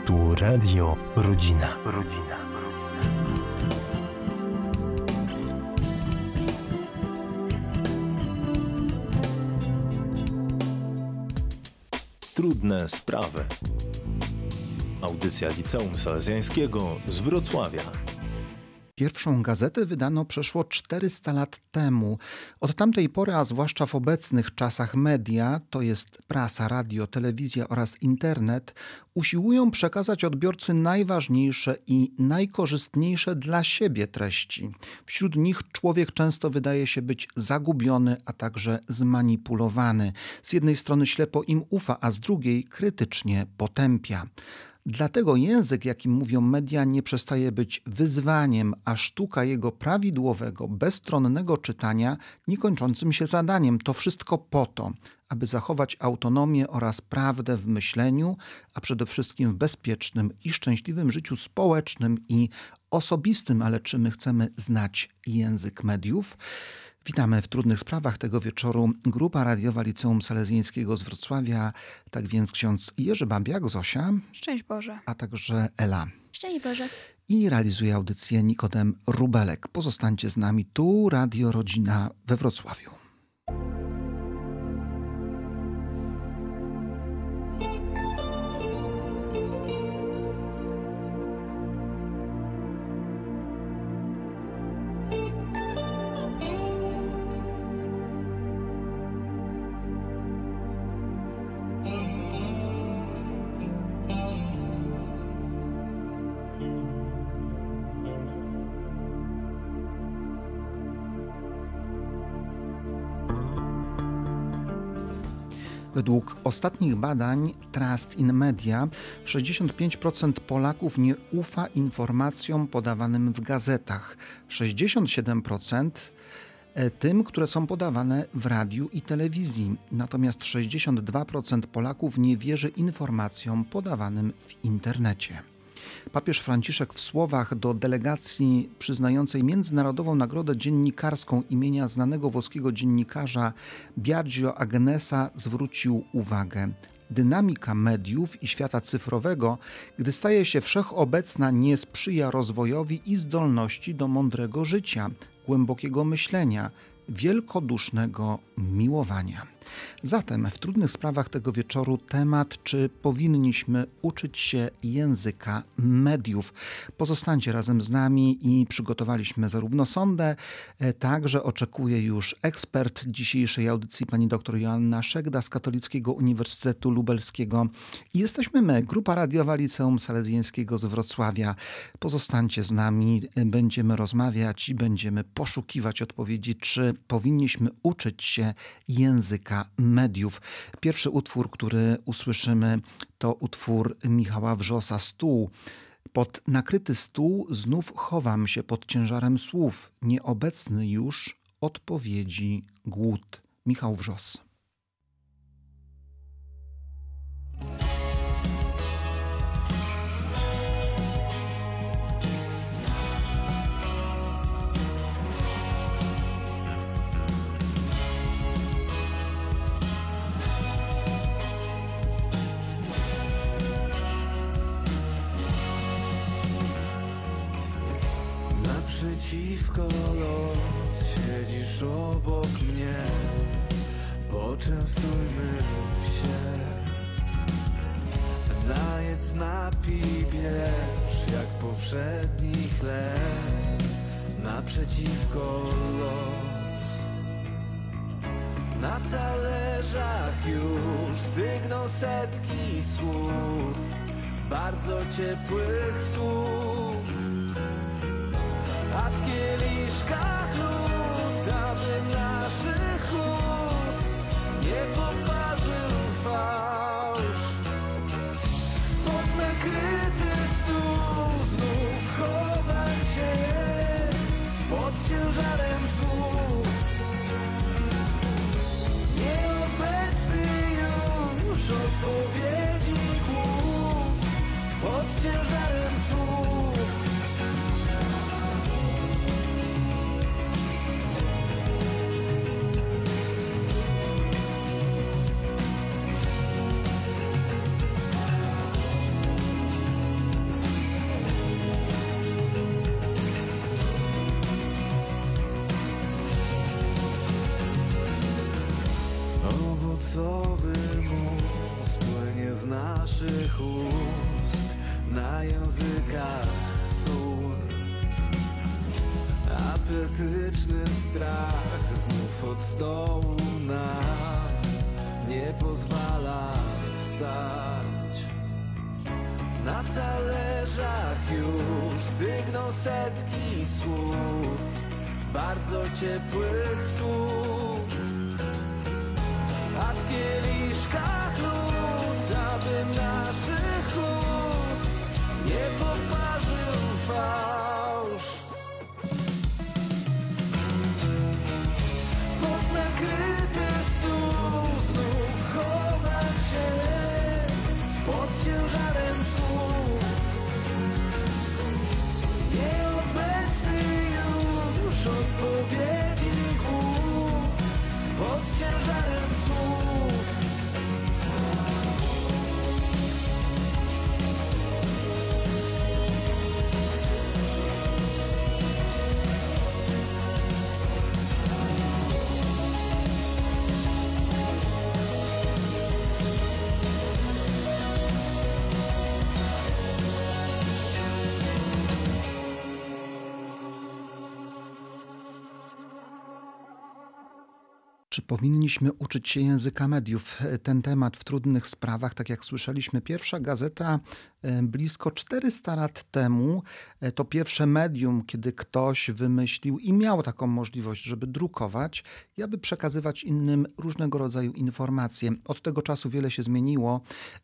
Tu Radio Rodzina. Trudne sprawy. Audycja Liceum Salezjańskiego z Wrocławia. Pierwszą gazetę wydano przeszło 400 lat temu. Od tamtej pory, a zwłaszcza w obecnych czasach media, to jest prasa, radio, telewizja oraz internet, usiłują przekazać odbiorcy najważniejsze i najkorzystniejsze dla siebie treści. Wśród nich człowiek często wydaje się być zagubiony, a także zmanipulowany. Z jednej strony ślepo im ufa, a z drugiej krytycznie potępia. Dlatego język, jakim mówią media, nie przestaje być wyzwaniem, a sztuka jego prawidłowego, bezstronnego czytania niekończącym się zadaniem. To wszystko po to, aby zachować autonomię oraz prawdę w myśleniu, a przede wszystkim w bezpiecznym i szczęśliwym życiu społecznym i osobistym. Ale czy my chcemy znać język mediów? Witamy w Trudnych Sprawach tego wieczoru. Grupa radiowa Liceum Salezjańskiego z Wrocławia, tak więc ksiądz Jerzy Babiak, Zosia. Szczęść Boże. A także Ela. Szczęść Boże. I realizuje audycję Nikodem Rubelek. Pozostańcie z nami, tu Radio Rodzina we Wrocławiu. Według ostatnich badań Trust in Media 65% Polaków nie ufa informacjom podawanym w gazetach, 67% tym, które są podawane w radiu i telewizji. Natomiast 62% Polaków nie wierzy informacjom podawanym w internecie. Papież Franciszek w słowach do delegacji przyznającej Międzynarodową Nagrodę Dziennikarską imienia znanego włoskiego dziennikarza Biagio Agnesa zwrócił uwagę. Dynamika mediów i świata cyfrowego, gdy staje się wszechobecna, nie sprzyja rozwojowi i zdolności do mądrego życia, głębokiego myślenia, wielkodusznego miłowania. Zatem w Trudnych Sprawach tego wieczoru temat, czy powinniśmy uczyć się języka mediów. Pozostańcie razem z nami i przygotowaliśmy zarówno sondę, także oczekuje już ekspert dzisiejszej audycji, pani dr Joanna Szegda z Katolickiego Uniwersytetu Lubelskiego. I jesteśmy my, Grupa Radiowa Liceum Salezjańskiego z Wrocławia. Pozostańcie z nami, będziemy rozmawiać i będziemy poszukiwać odpowiedzi, czy powinniśmy uczyć się języka mediów. Pierwszy utwór, który usłyszymy, to utwór Michała Wrzosa „Stół”. Pod nakryty stół znów chowam się pod ciężarem słów. Nieobecny już odpowiedzi głód. Michał Wrzos. Naprzeciwko los, siedzisz obok mnie, poczęstujmy się. Najedz, napij, bierz jak powszedni chleb. Naprzeciwko los, na talerzach już stygną setki słów, bardzo ciepłych słów. A w kieliszkach lód, aby naszych ust nie poparzył fałsz. Pod nakryty stół znów chowam się pod ciężarem słów. Nieobecny już odpowiedzi głód pod ciężarem słów. naszych ust, na językach sól. Apetyczny strach znów od stołu nam nie pozwala wstać. Na talerzach już stygną setki słów, bardzo ciepłych słów, a w kieliszkach lód, aby naszych ust nie poparzył fałsz. Pod nakryty stół znów chowam się pod ciężarem słów. Nieobecny już odpowiedzi głód pod ciężarem słów. Czy powinniśmy uczyć się języka mediów? Ten temat w trudnych sprawach, tak jak słyszeliśmy, pierwsza gazeta blisko 400 lat temu, to pierwsze medium, kiedy ktoś wymyślił i miał taką możliwość, żeby drukować i aby przekazywać innym różnego rodzaju informacje. Od tego czasu wiele się zmieniło.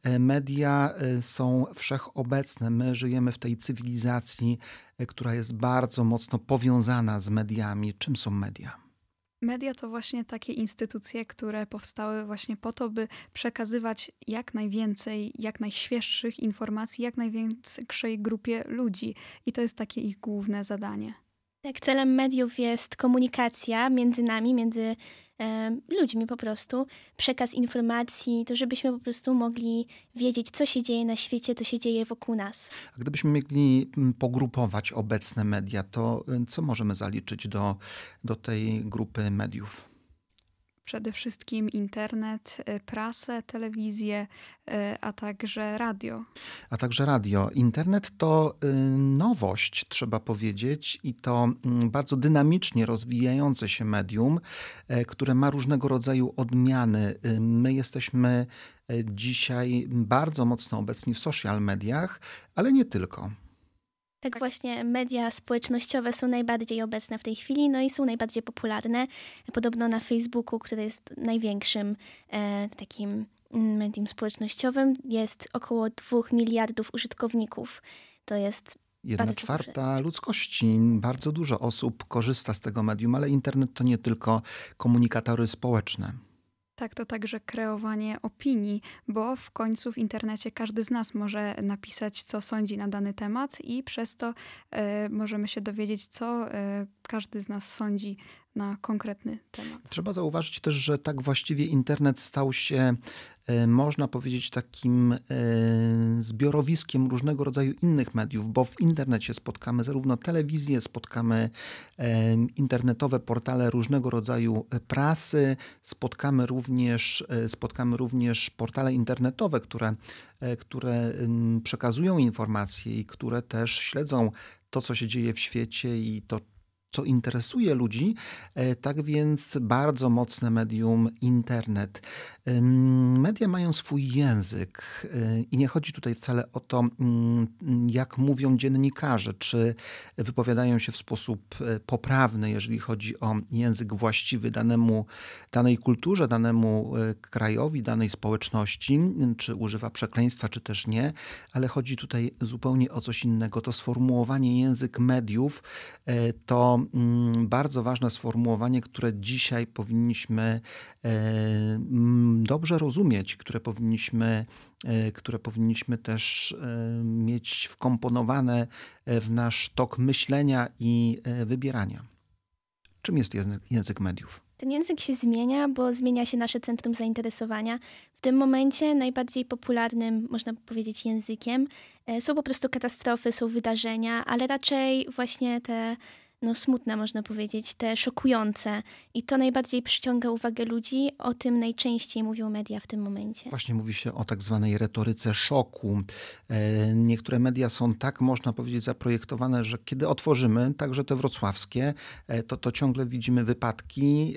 Media są wszechobecne. My żyjemy w tej cywilizacji, która jest bardzo mocno powiązana z mediami. Czym są media? Media to właśnie takie instytucje, które powstały właśnie po to, by przekazywać jak najwięcej, jak najświeższych informacji, jak największej grupie ludzi. I to jest takie ich główne zadanie. Tak, celem mediów jest komunikacja między nami, między ludźmi po prostu, przekaz informacji, to żebyśmy po prostu mogli wiedzieć, co się dzieje na świecie, co się dzieje wokół nas. A gdybyśmy mieli pogrupować obecne media, to co możemy zaliczyć do tej grupy mediów? Przede wszystkim internet, prasę, telewizję, a także radio. Internet to nowość, trzeba powiedzieć, i to bardzo dynamicznie rozwijające się medium, które ma różnego rodzaju odmiany. My jesteśmy dzisiaj bardzo mocno obecni w social mediach, ale nie tylko. Tak właśnie, media społecznościowe są najbardziej obecne w tej chwili, no i są najbardziej popularne. Podobno na Facebooku, który jest największym takim medium społecznościowym, jest około 2 miliardów użytkowników. To jest 1/4 ludzkości. Bardzo dużo osób korzysta z tego medium, ale internet to nie tylko komunikatory społeczne. Tak, to także kreowanie opinii, bo w końcu w internecie każdy z nas może napisać, co sądzi na dany temat i przez to możemy się dowiedzieć, co każdy z nas sądzi na konkretny temat. Trzeba zauważyć też, że tak właściwie internet stał się, można powiedzieć, takim zbiorowiskiem różnego rodzaju innych mediów, bo w internecie spotkamy zarówno telewizję, spotkamy internetowe portale różnego rodzaju prasy, spotkamy również portale internetowe, które przekazują informacje i które też śledzą to, co się dzieje w świecie i to, co interesuje ludzi, tak więc bardzo mocne medium internet. Media mają swój język i nie chodzi tutaj wcale o to, jak mówią dziennikarze, czy wypowiadają się w sposób poprawny, jeżeli chodzi o język właściwy danej kulturze, danemu krajowi, danej społeczności, czy używa przekleństwa, czy też nie, ale chodzi tutaj zupełnie o coś innego. To sformułowanie język mediów to bardzo ważne sformułowanie, które dzisiaj powinniśmy dobrze rozumieć, które powinniśmy też mieć wkomponowane w nasz tok myślenia i wybierania. Czym jest język mediów? Ten język się zmienia, bo zmienia się nasze centrum zainteresowania. W tym momencie najbardziej popularnym, można powiedzieć, językiem są po prostu katastrofy, są wydarzenia, ale raczej właśnie te smutne, można powiedzieć, te szokujące. I to najbardziej przyciąga uwagę ludzi. O tym najczęściej mówią media w tym momencie. Właśnie mówi się o tak zwanej retoryce szoku. Niektóre media są tak, można powiedzieć, zaprojektowane, że kiedy otworzymy, także te wrocławskie, to ciągle widzimy wypadki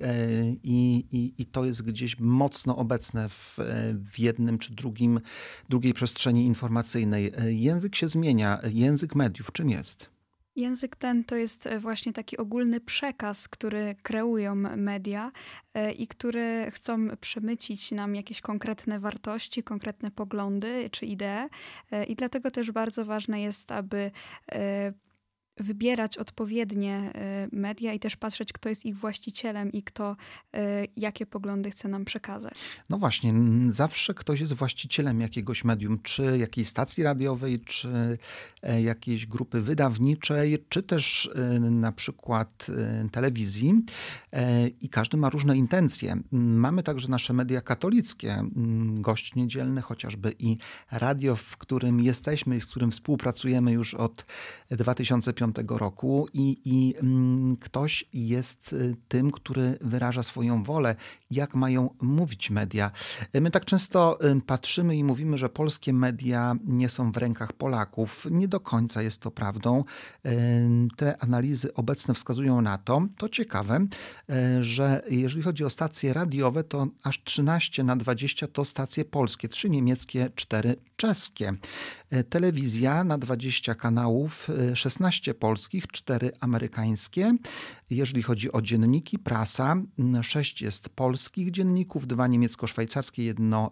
i to jest gdzieś mocno obecne w jednym czy drugiej przestrzeni informacyjnej. Język się zmienia. Język mediów czym jest? Język ten to jest właśnie taki ogólny przekaz, który kreują media i który chcą przemycić nam jakieś konkretne wartości, konkretne poglądy czy idee. I dlatego też bardzo ważne jest, aby wybierać odpowiednie media i też patrzeć, kto jest ich właścicielem i kto jakie poglądy chce nam przekazać. No właśnie, zawsze ktoś jest właścicielem jakiegoś medium, czy jakiejś stacji radiowej, czy jakiejś grupy wydawniczej, czy też na przykład telewizji i każdy ma różne intencje. Mamy także nasze media katolickie, Gość Niedzielny chociażby i radio, w którym jesteśmy i z którym współpracujemy już od 2005 roku i ktoś jest tym, który wyraża swoją wolę, jak mają mówić media. My tak często patrzymy i mówimy, że polskie media nie są w rękach Polaków. Nie do końca jest to prawdą. Te analizy obecne wskazują na to. To ciekawe, że jeżeli chodzi o stacje radiowe, to aż 13/20 to stacje polskie, 3 niemieckie, 4 czeskie. Telewizja na 20 kanałów, 16 polskich, 4 amerykańskie. Jeżeli chodzi o dzienniki, prasa, 6 jest polskich dzienników, 2 niemiecko-szwajcarskie,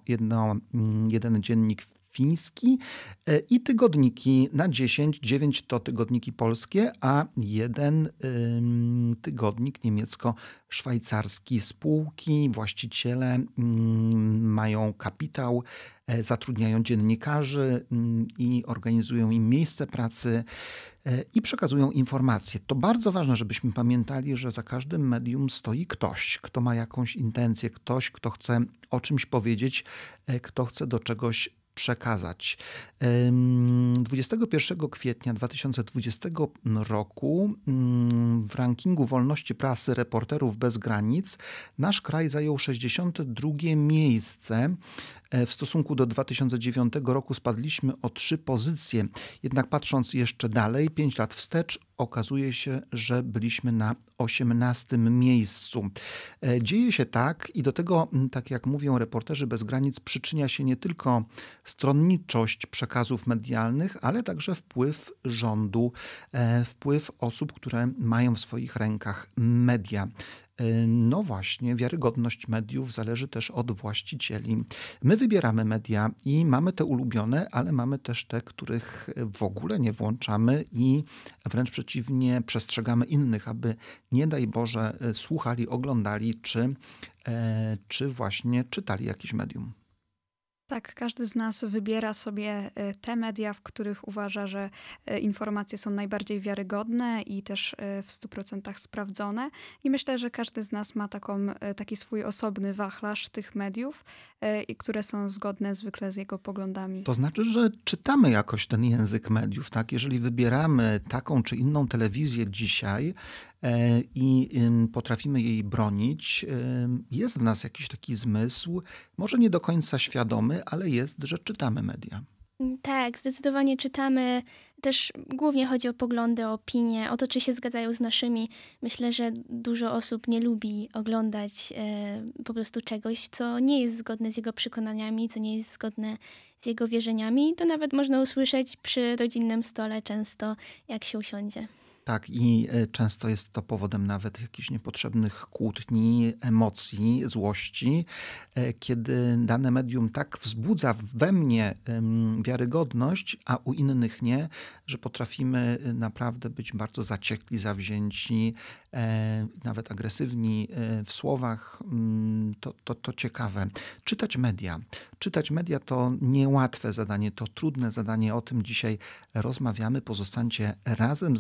jeden dziennik fiński i tygodniki na 10, 9 to tygodniki polskie, a 1 tygodnik niemiecko-szwajcarski. Spółki, właściciele mają kapitał, zatrudniają dziennikarzy i organizują im miejsce pracy i przekazują informacje. To bardzo ważne, żebyśmy pamiętali, że za każdym medium stoi ktoś, kto ma jakąś intencję, ktoś, kto chce o czymś powiedzieć, kto chce do czegoś przekazać. 21 kwietnia 2020 roku w rankingu wolności prasy Reporterów bez granic nasz kraj zajął 62 miejsce. W stosunku do 2009 roku spadliśmy o 3 pozycje. Jednak patrząc jeszcze dalej, 5 lat wstecz, okazuje się, że byliśmy na 18 miejscu. Dzieje się tak i do tego, tak jak mówią Reporterzy bez granic, przyczynia się nie tylko stronniczość przekazów medialnych, ale także wpływ rządu, wpływ osób, które mają w swoich rękach media. No właśnie, wiarygodność mediów zależy też od właścicieli. My wybieramy media i mamy te ulubione, ale mamy też te, których w ogóle nie włączamy i wręcz przeciwnie, przestrzegamy innych, aby nie daj Boże słuchali, oglądali czy właśnie czytali jakieś medium. Tak, każdy z nas wybiera sobie te media, w których uważa, że informacje są najbardziej wiarygodne i też w 100% sprawdzone. I myślę, że każdy z nas ma taki swój osobny wachlarz tych mediów, które są zgodne zwykle z jego poglądami. To znaczy, że czytamy jakoś ten język mediów, tak? Jeżeli wybieramy taką czy inną telewizję dzisiaj i potrafimy jej bronić, jest w nas jakiś taki zmysł, może nie do końca świadomy, ale jest, że czytamy media. Tak, zdecydowanie czytamy. Też głównie chodzi o poglądy, o opinie, o to, czy się zgadzają z naszymi. Myślę, że dużo osób nie lubi oglądać po prostu czegoś, co nie jest zgodne z jego przekonaniami, co nie jest zgodne z jego wierzeniami. To nawet można usłyszeć przy rodzinnym stole często, jak się usiądzie. Tak, i często jest to powodem nawet jakichś niepotrzebnych kłótni, emocji, złości, kiedy dane medium tak wzbudza we mnie wiarygodność, a u innych nie, że potrafimy naprawdę być bardzo zaciekli, zawzięci, nawet agresywni w słowach. To ciekawe. Czytać media. Czytać media to niełatwe zadanie, to trudne zadanie. O tym dzisiaj rozmawiamy. Pozostańcie razem z nami w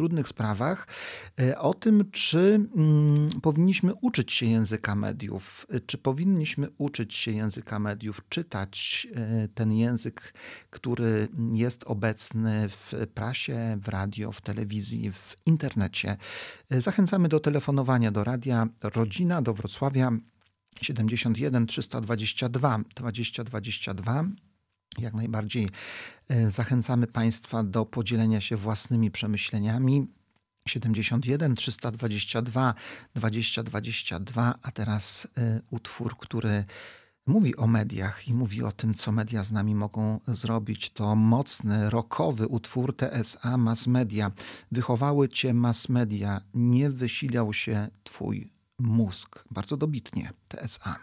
trudnych sprawach, o tym, czy powinniśmy uczyć się języka mediów, czy powinniśmy uczyć się języka mediów, czytać ten język, który jest obecny w prasie, w radio, w telewizji, w internecie. Zachęcamy do telefonowania do Radia Rodzina, do Wrocławia 71 322 2022. Jak najbardziej zachęcamy Państwa do podzielenia się własnymi przemyśleniami. 71 322 2022, a teraz utwór, który mówi o mediach i mówi o tym, co media z nami mogą zrobić. To mocny, rockowy utwór TSA Mass Media. Wychowały cię mass media, nie wysilał się twój mózg. Bardzo dobitnie TSA.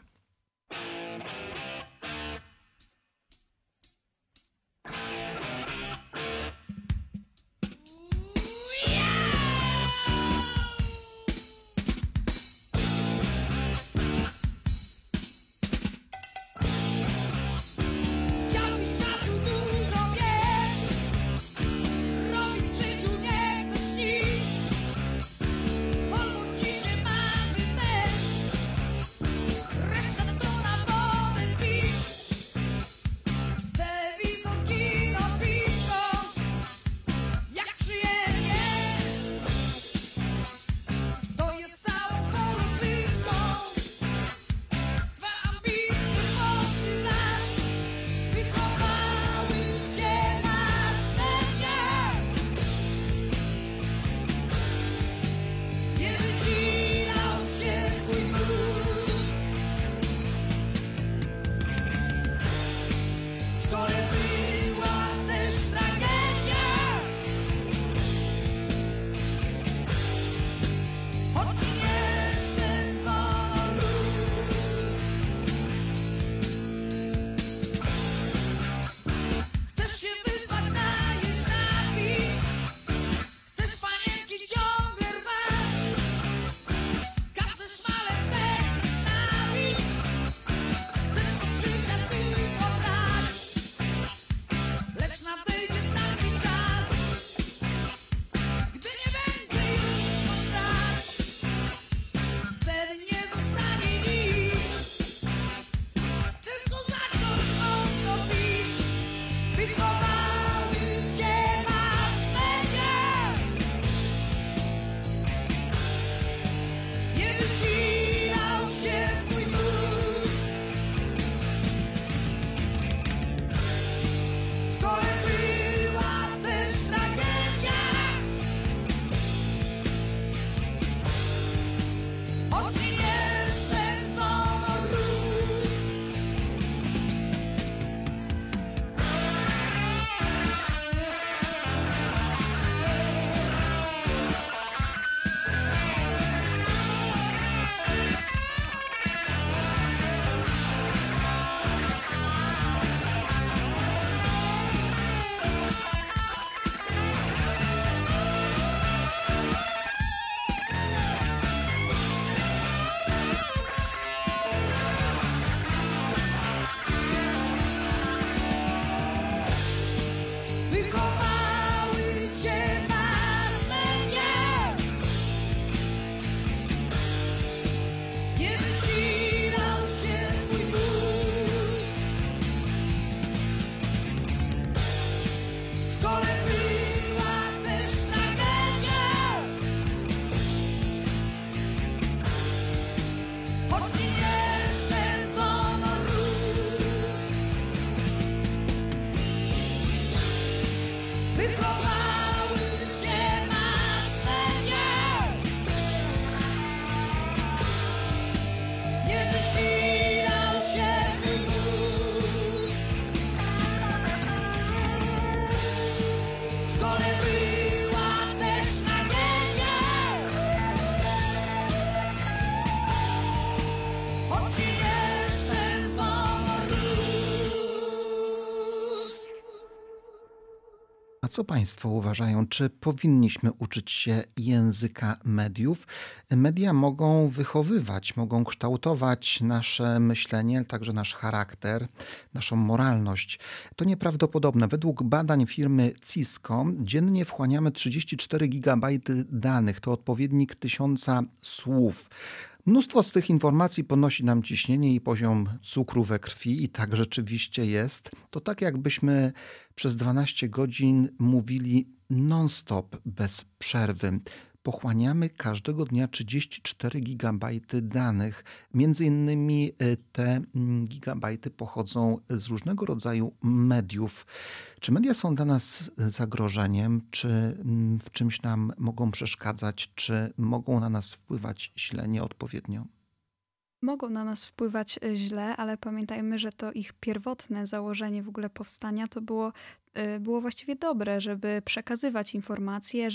A co Państwo uważają? Czy powinniśmy uczyć się języka mediów? Media mogą wychowywać, mogą kształtować nasze myślenie, także nasz charakter, naszą moralność. To nieprawdopodobne. Według badań firmy Cisco dziennie wchłaniamy 34 gigabajty danych. To odpowiednik 1000 słów. Mnóstwo z tych informacji podnosi nam ciśnienie i poziom cukru we krwi i tak rzeczywiście jest. To tak jakbyśmy przez 12 godzin mówili non-stop, bez przerwy. Pochłaniamy każdego dnia 34 gigabajty danych. Między innymi te gigabajty pochodzą z różnego rodzaju mediów. Czy media są dla nas zagrożeniem? Czy w czymś nam mogą przeszkadzać? Czy mogą na nas wpływać źle, nieodpowiednio? Mogą na nas wpływać źle, ale pamiętajmy, że to ich pierwotne założenie w ogóle powstania to było właściwie dobre, żeby przekazywać informacje,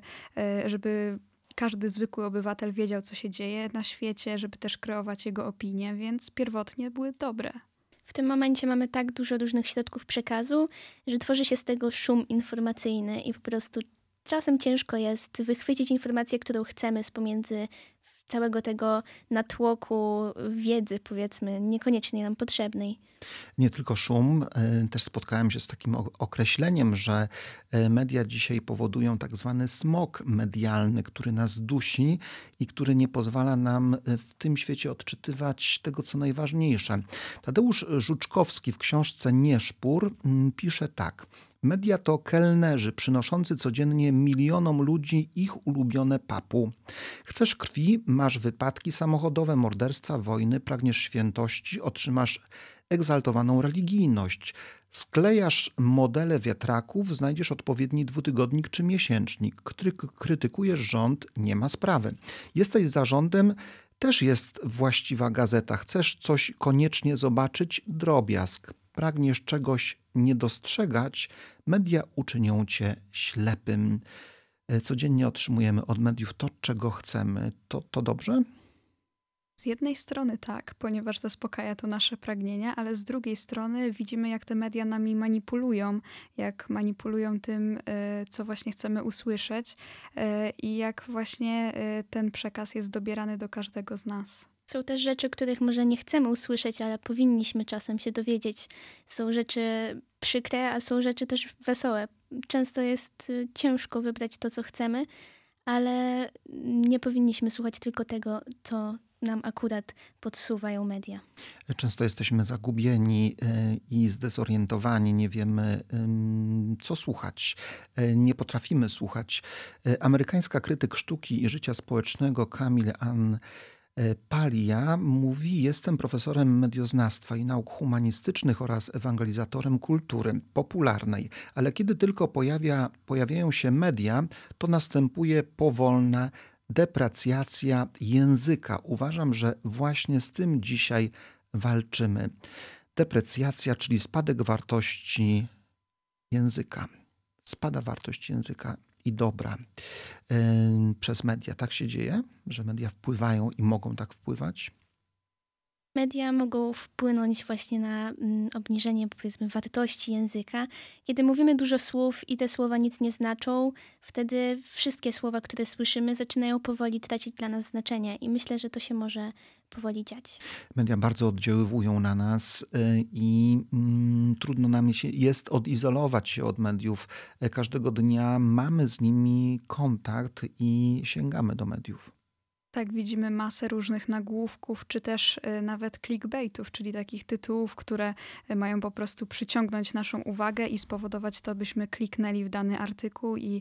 żeby każdy zwykły obywatel wiedział, co się dzieje na świecie, żeby też kreować jego opinię, więc pierwotnie były dobre. W tym momencie mamy tak dużo różnych środków przekazu, że tworzy się z tego szum informacyjny i po prostu czasem ciężko jest wychwycić informację, którą chcemy z pomiędzy całego tego natłoku wiedzy, powiedzmy, niekoniecznie nam potrzebnej. Nie tylko szum, też spotkałem się z takim określeniem, że media dzisiaj powodują tak zwany smog medialny, który nas dusi i który nie pozwala nam w tym świecie odczytywać tego, co najważniejsze. Tadeusz Żuczkowski w książce Nieszpór pisze tak. Media to kelnerzy przynoszący codziennie milionom ludzi ich ulubione papu. Chcesz krwi, masz wypadki samochodowe, morderstwa, wojny, pragniesz świętości, otrzymasz egzaltowaną religijność. Sklejasz modele wiatraków, znajdziesz odpowiedni dwutygodnik czy miesięcznik. Krytykujesz rząd, nie ma sprawy. Jesteś za rządem, też jest właściwa gazeta. Chcesz coś koniecznie zobaczyć, drobiazg. Pragniesz czegoś nie dostrzegać, media uczynią cię ślepym. Codziennie otrzymujemy od mediów to, czego chcemy. To dobrze? Z jednej strony tak, ponieważ zaspokaja to nasze pragnienia, ale z drugiej strony widzimy, jak te media nami manipulują, jak manipulują tym, co właśnie chcemy usłyszeć i jak właśnie ten przekaz jest dobierany do każdego z nas. Są też rzeczy, których może nie chcemy usłyszeć, ale powinniśmy czasem się dowiedzieć. Są rzeczy przykre, a są rzeczy też wesołe. Często jest ciężko wybrać to, co chcemy, ale nie powinniśmy słuchać tylko tego, co nam akurat podsuwają media. Często jesteśmy zagubieni i zdezorientowani, nie wiemy, co słuchać. Nie potrafimy słuchać. Amerykańska krytyk sztuki i życia społecznego Camille Ann Paglia mówi: jestem profesorem medioznawstwa i nauk humanistycznych oraz ewangelizatorem kultury popularnej, ale kiedy tylko pojawiają się media, to następuje powolna deprecjacja języka. Uważam, że właśnie z tym dzisiaj walczymy. Deprecjacja, czyli spadek wartości języka. Spada wartość języka i dobra przez media. Tak się dzieje, że media wpływają i mogą tak wpływać? Media mogą wpłynąć właśnie na obniżenie, powiedzmy, wartości języka. Kiedy mówimy dużo słów i te słowa nic nie znaczą, wtedy wszystkie słowa, które słyszymy, zaczynają powoli tracić dla nas znaczenie i myślę, że to się może powoli dziać. Media bardzo oddziaływują na nas i trudno nam jest odizolować się od mediów. Każdego dnia mamy z nimi kontakt i sięgamy do mediów. Tak, widzimy masę różnych nagłówków, czy też nawet clickbaitów, czyli takich tytułów, które mają po prostu przyciągnąć naszą uwagę i spowodować to, byśmy kliknęli w dany artykuł i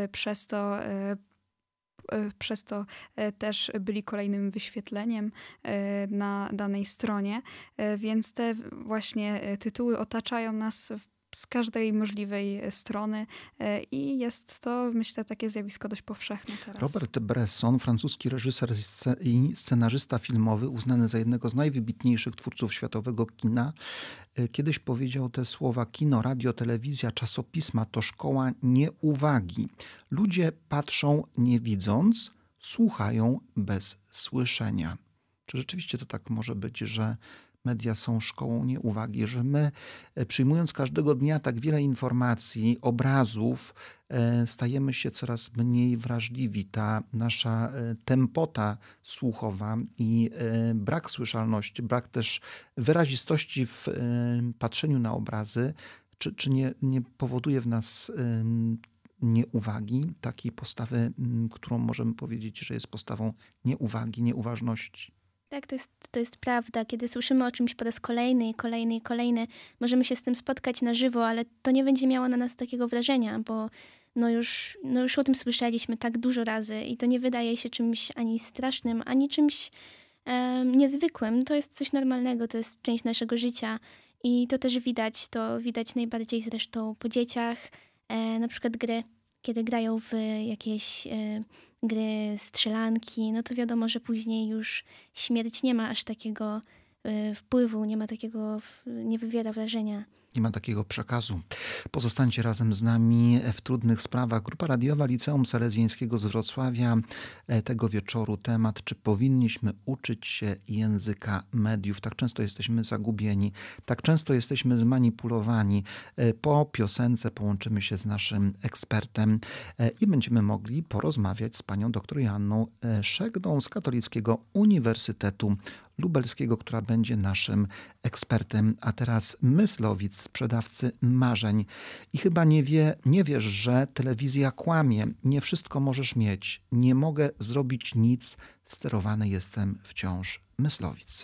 przez to też byli kolejnym wyświetleniem na danej stronie. Więc te właśnie tytuły otaczają nas z każdej możliwej strony i jest to, myślę, takie zjawisko dość powszechne teraz. Robert Bresson, francuski reżyser i scenarzysta filmowy, uznany za jednego z najwybitniejszych twórców światowego kina, kiedyś powiedział te słowa: kino, radio, telewizja, czasopisma to szkoła nieuwagi. Ludzie patrzą nie widząc, słuchają bez słyszenia. Czy rzeczywiście to tak może być, że media są szkołą nieuwagi, że my przyjmując każdego dnia tak wiele informacji, obrazów, stajemy się coraz mniej wrażliwi. Ta nasza tempota słuchowa i brak słyszalności, brak też wyrazistości w patrzeniu na obrazy, czy nie powoduje w nas nieuwagi, takiej postawy, którą możemy powiedzieć, że jest postawą nieuwagi, nieuważności? Tak, to jest prawda. Kiedy słyszymy o czymś po raz kolejny, możemy się z tym spotkać na żywo, ale to nie będzie miało na nas takiego wrażenia, bo już o tym słyszeliśmy tak dużo razy i to nie wydaje się czymś ani strasznym, ani czymś niezwykłym. To jest coś normalnego, to jest część naszego życia i to też widać najbardziej zresztą po dzieciach, na przykład gry. Kiedy grają w jakieś gry, strzelanki, no to wiadomo, że później już śmierć nie ma aż takiego wpływu, nie wywiera wrażenia. Nie ma takiego przekazu. Pozostańcie razem z nami w Trudnych Sprawach. Grupa radiowa Liceum Salezjańskiego z Wrocławia. Tego wieczoru temat, czy powinniśmy uczyć się języka mediów. Tak często jesteśmy zagubieni, tak często jesteśmy zmanipulowani. Po piosence połączymy się z naszym ekspertem i będziemy mogli porozmawiać z panią dr Joanną Szegdą z Katolickiego Uniwersytetu Lubelskiego, która będzie naszym ekspertem. A teraz Myslowic, sprzedawcy marzeń. I chyba nie wiesz, że telewizja kłamie. Nie wszystko możesz mieć. Nie mogę zrobić nic. Sterowany jestem wciąż. Myslowic.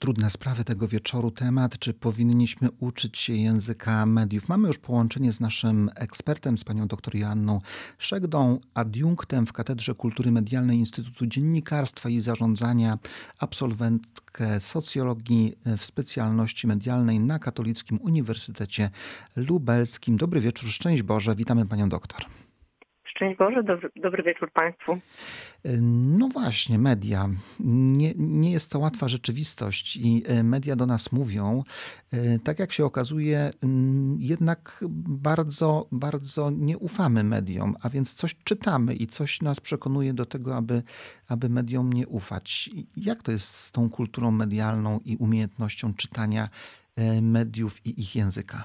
trudne sprawy tego wieczoru temat, czy powinniśmy uczyć się języka mediów. Mamy już połączenie z naszym ekspertem, z panią dr Joanną Szegdą, adiunktem w Katedrze Kultury Medialnej Instytutu Dziennikarstwa i Zarządzania, absolwentkę socjologii w specjalności medialnej na Katolickim Uniwersytecie Lubelskim. Dobry wieczór, szczęść Boże, witamy panią doktor. Szczęść Boże, dobry wieczór Państwu. No właśnie, media. Nie jest to łatwa rzeczywistość i media do nas mówią. Tak jak się okazuje, jednak bardzo, bardzo nie ufamy mediom, a więc coś czytamy i coś nas przekonuje do tego, aby mediom nie ufać. Jak to jest z tą kulturą medialną i umiejętnością czytania mediów i ich języka?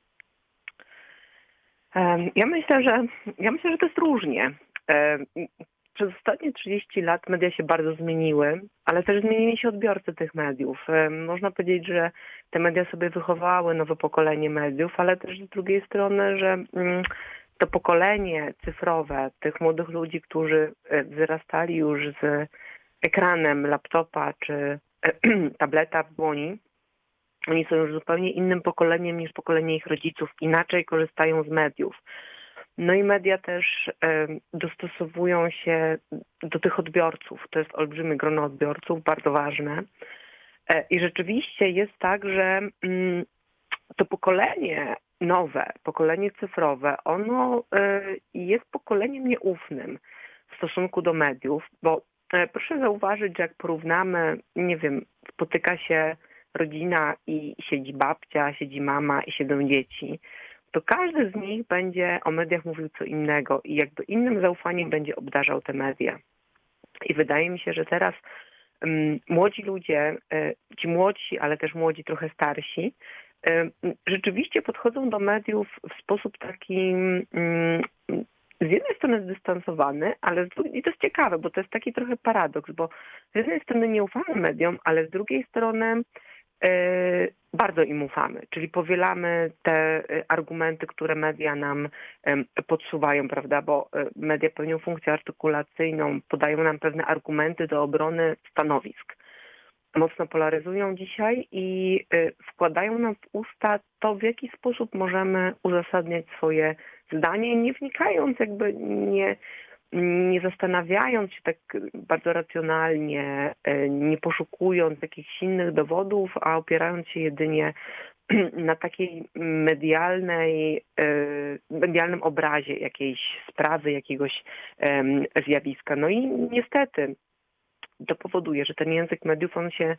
Ja myślę, że to jest różnie. Przez ostatnie 30 lat media się bardzo zmieniły, ale też zmienili się odbiorcy tych mediów. Można powiedzieć, że te media sobie wychowały nowe pokolenie mediów, ale też z drugiej strony, że to pokolenie cyfrowe tych młodych ludzi, którzy wzrastali już z ekranem laptopa czy tableta w dłoni, oni są już zupełnie innym pokoleniem niż pokolenie ich rodziców, inaczej korzystają z mediów. No i media też dostosowują się do tych odbiorców. To jest olbrzymie grono odbiorców, bardzo ważne. I rzeczywiście jest tak, że to pokolenie nowe, pokolenie cyfrowe, ono jest pokoleniem nieufnym w stosunku do mediów, bo proszę zauważyć, że jak porównamy, nie wiem, spotyka się rodzina i siedzi babcia, siedzi mama i siedzą dzieci, to każdy z nich będzie o mediach mówił co innego i jakby innym zaufaniem będzie obdarzał te media. I wydaje mi się, że teraz młodzi ludzie, ci młodsi, ale też młodzi trochę starsi, rzeczywiście podchodzą do mediów w sposób taki z jednej strony zdystansowany, ale i to jest ciekawe, bo to jest taki trochę paradoks, bo z jednej strony nie ufamy mediom, ale z drugiej strony bardzo im ufamy, czyli powielamy te argumenty, które media nam podsuwają, prawda, bo media pełnią funkcję artykulacyjną, podają nam pewne argumenty do obrony stanowisk. Mocno polaryzują dzisiaj i wkładają nam w usta to, w jaki sposób możemy uzasadniać swoje zdanie, nie wnikając, jakby nie zastanawiając się tak bardzo racjonalnie, nie poszukując jakichś innych dowodów, a opierając się jedynie na takiej medialnym obrazie jakiejś sprawy, jakiegoś zjawiska. No i niestety to powoduje, że ten język mediów, on się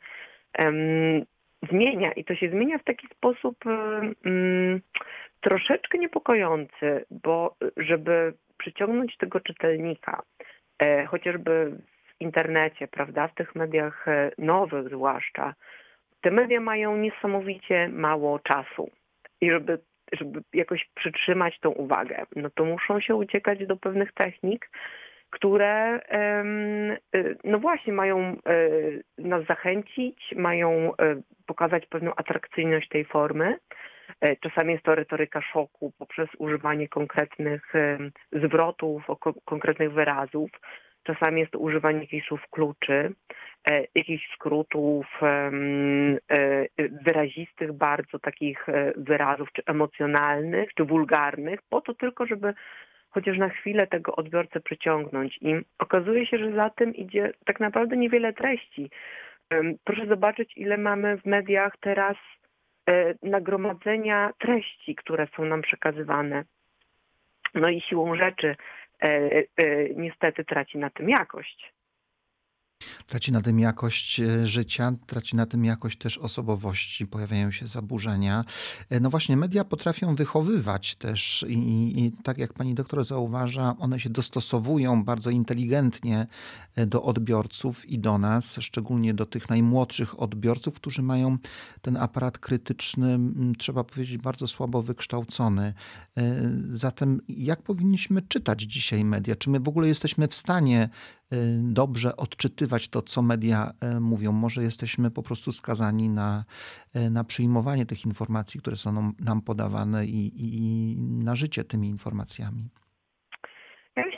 zmienia i to się zmienia w taki sposób troszeczkę niepokojący, bo żeby przyciągnąć tego czytelnika, chociażby w internecie, prawda, w tych mediach nowych zwłaszcza, te media mają niesamowicie mało czasu i żeby jakoś przytrzymać tą uwagę, no to muszą się uciekać do pewnych technik, które no właśnie mają nas zachęcić, mają pokazać pewną atrakcyjność tej formy. Czasami jest to retoryka szoku poprzez używanie konkretnych zwrotów, konkretnych wyrazów. Czasami jest to używanie jakichś słów kluczy, jakichś skrótów, wyrazistych bardzo takich wyrazów, czy emocjonalnych, czy wulgarnych, po to tylko, żeby chociaż na chwilę tego odbiorcę przyciągnąć. I okazuje się, że za tym idzie tak naprawdę niewiele treści. Proszę zobaczyć, ile mamy w mediach teraz nagromadzenia treści, które są nam przekazywane. No i siłą rzeczy niestety traci na tym jakość. Traci na tym jakość życia, traci na tym jakość też osobowości, pojawiają się zaburzenia. No właśnie, media potrafią wychowywać też i tak jak pani doktor zauważa, one się dostosowują bardzo inteligentnie do odbiorców i do nas, szczególnie do tych najmłodszych odbiorców, którzy mają ten aparat krytyczny, trzeba powiedzieć, bardzo słabo wykształcony. Zatem jak powinniśmy czytać dzisiaj media? Czy my w ogóle jesteśmy w stanie dobrze odczytywać to, co media mówią? Może jesteśmy po prostu skazani na przyjmowanie tych informacji, które są nam podawane i na życie tymi informacjami? Ja myślę,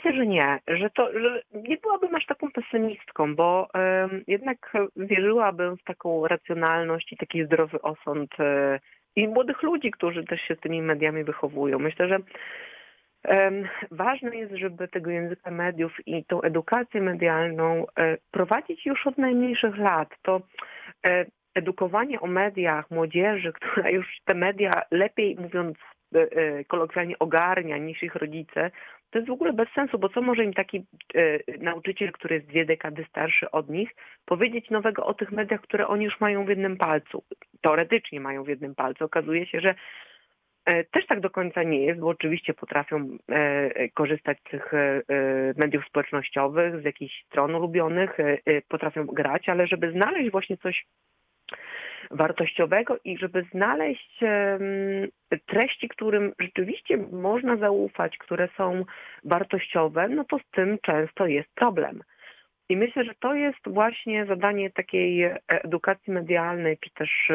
Myślę, że nie, że nie byłabym aż taką pesymistką, bo jednak wierzyłabym w taką racjonalność i taki zdrowy osąd i młodych ludzi, którzy też się z tymi mediami wychowują. Myślę, że ważne jest, żeby tego języka mediów i tą edukację medialną prowadzić już od najmniejszych lat. To edukowanie o mediach młodzieży, która już te media lepiej mówiąc kolokwialnie ogarnia niż ich rodzice, to jest w ogóle bez sensu, bo co może im taki nauczyciel, który jest 2 dekady starszy od nich, powiedzieć nowego o tych mediach, które oni już mają w jednym palcu. Teoretycznie mają w jednym palcu. Okazuje się, że też tak do końca nie jest, bo oczywiście potrafią korzystać z tych mediów społecznościowych, z jakichś stron ulubionych, potrafią grać, ale żeby znaleźć właśnie coś wartościowego i żeby znaleźć treści, którym rzeczywiście można zaufać, które są wartościowe, no to z tym często jest problem. I myślę, że to jest właśnie zadanie takiej edukacji medialnej, czy też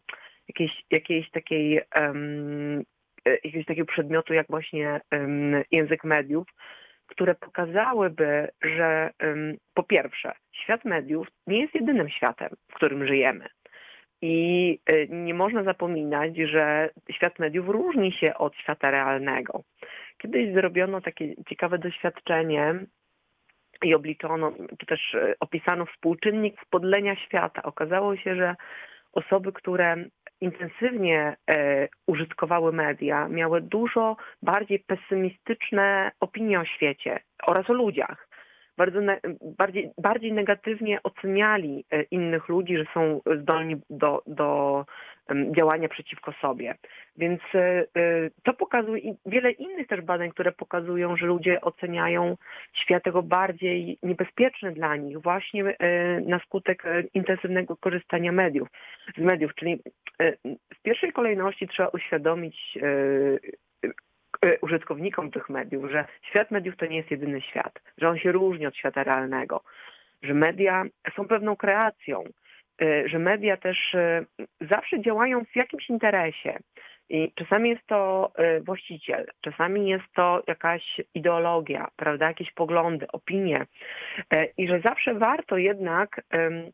jakiegoś takiego przedmiotu jak właśnie język mediów, które pokazałyby, że po pierwsze, świat mediów nie jest jedynym światem, w którym żyjemy. I nie można zapominać, że świat mediów różni się od świata realnego. Kiedyś zrobiono takie ciekawe doświadczenie i obliczono, czy też opisano współczynnik spodlenia świata. Okazało się, że osoby, które intensywnie użytkowały media, miały dużo bardziej pesymistyczne opinie o świecie oraz o ludziach. Bardziej negatywnie oceniali innych ludzi, że są zdolni do działania przeciwko sobie. Więc to pokazuje i wiele innych też badań, które pokazują, że ludzie oceniają świat jako bardziej niebezpieczny dla nich właśnie na skutek intensywnego korzystania z mediów. Czyli w pierwszej kolejności trzeba uświadomić użytkownikom tych mediów, że świat mediów to nie jest jedyny świat, że on się różni od świata realnego, że media są pewną kreacją, że media też zawsze działają w jakimś interesie. I czasami jest to właściciel, czasami jest to jakaś ideologia, prawda, jakieś poglądy, opinie. I że zawsze warto jednak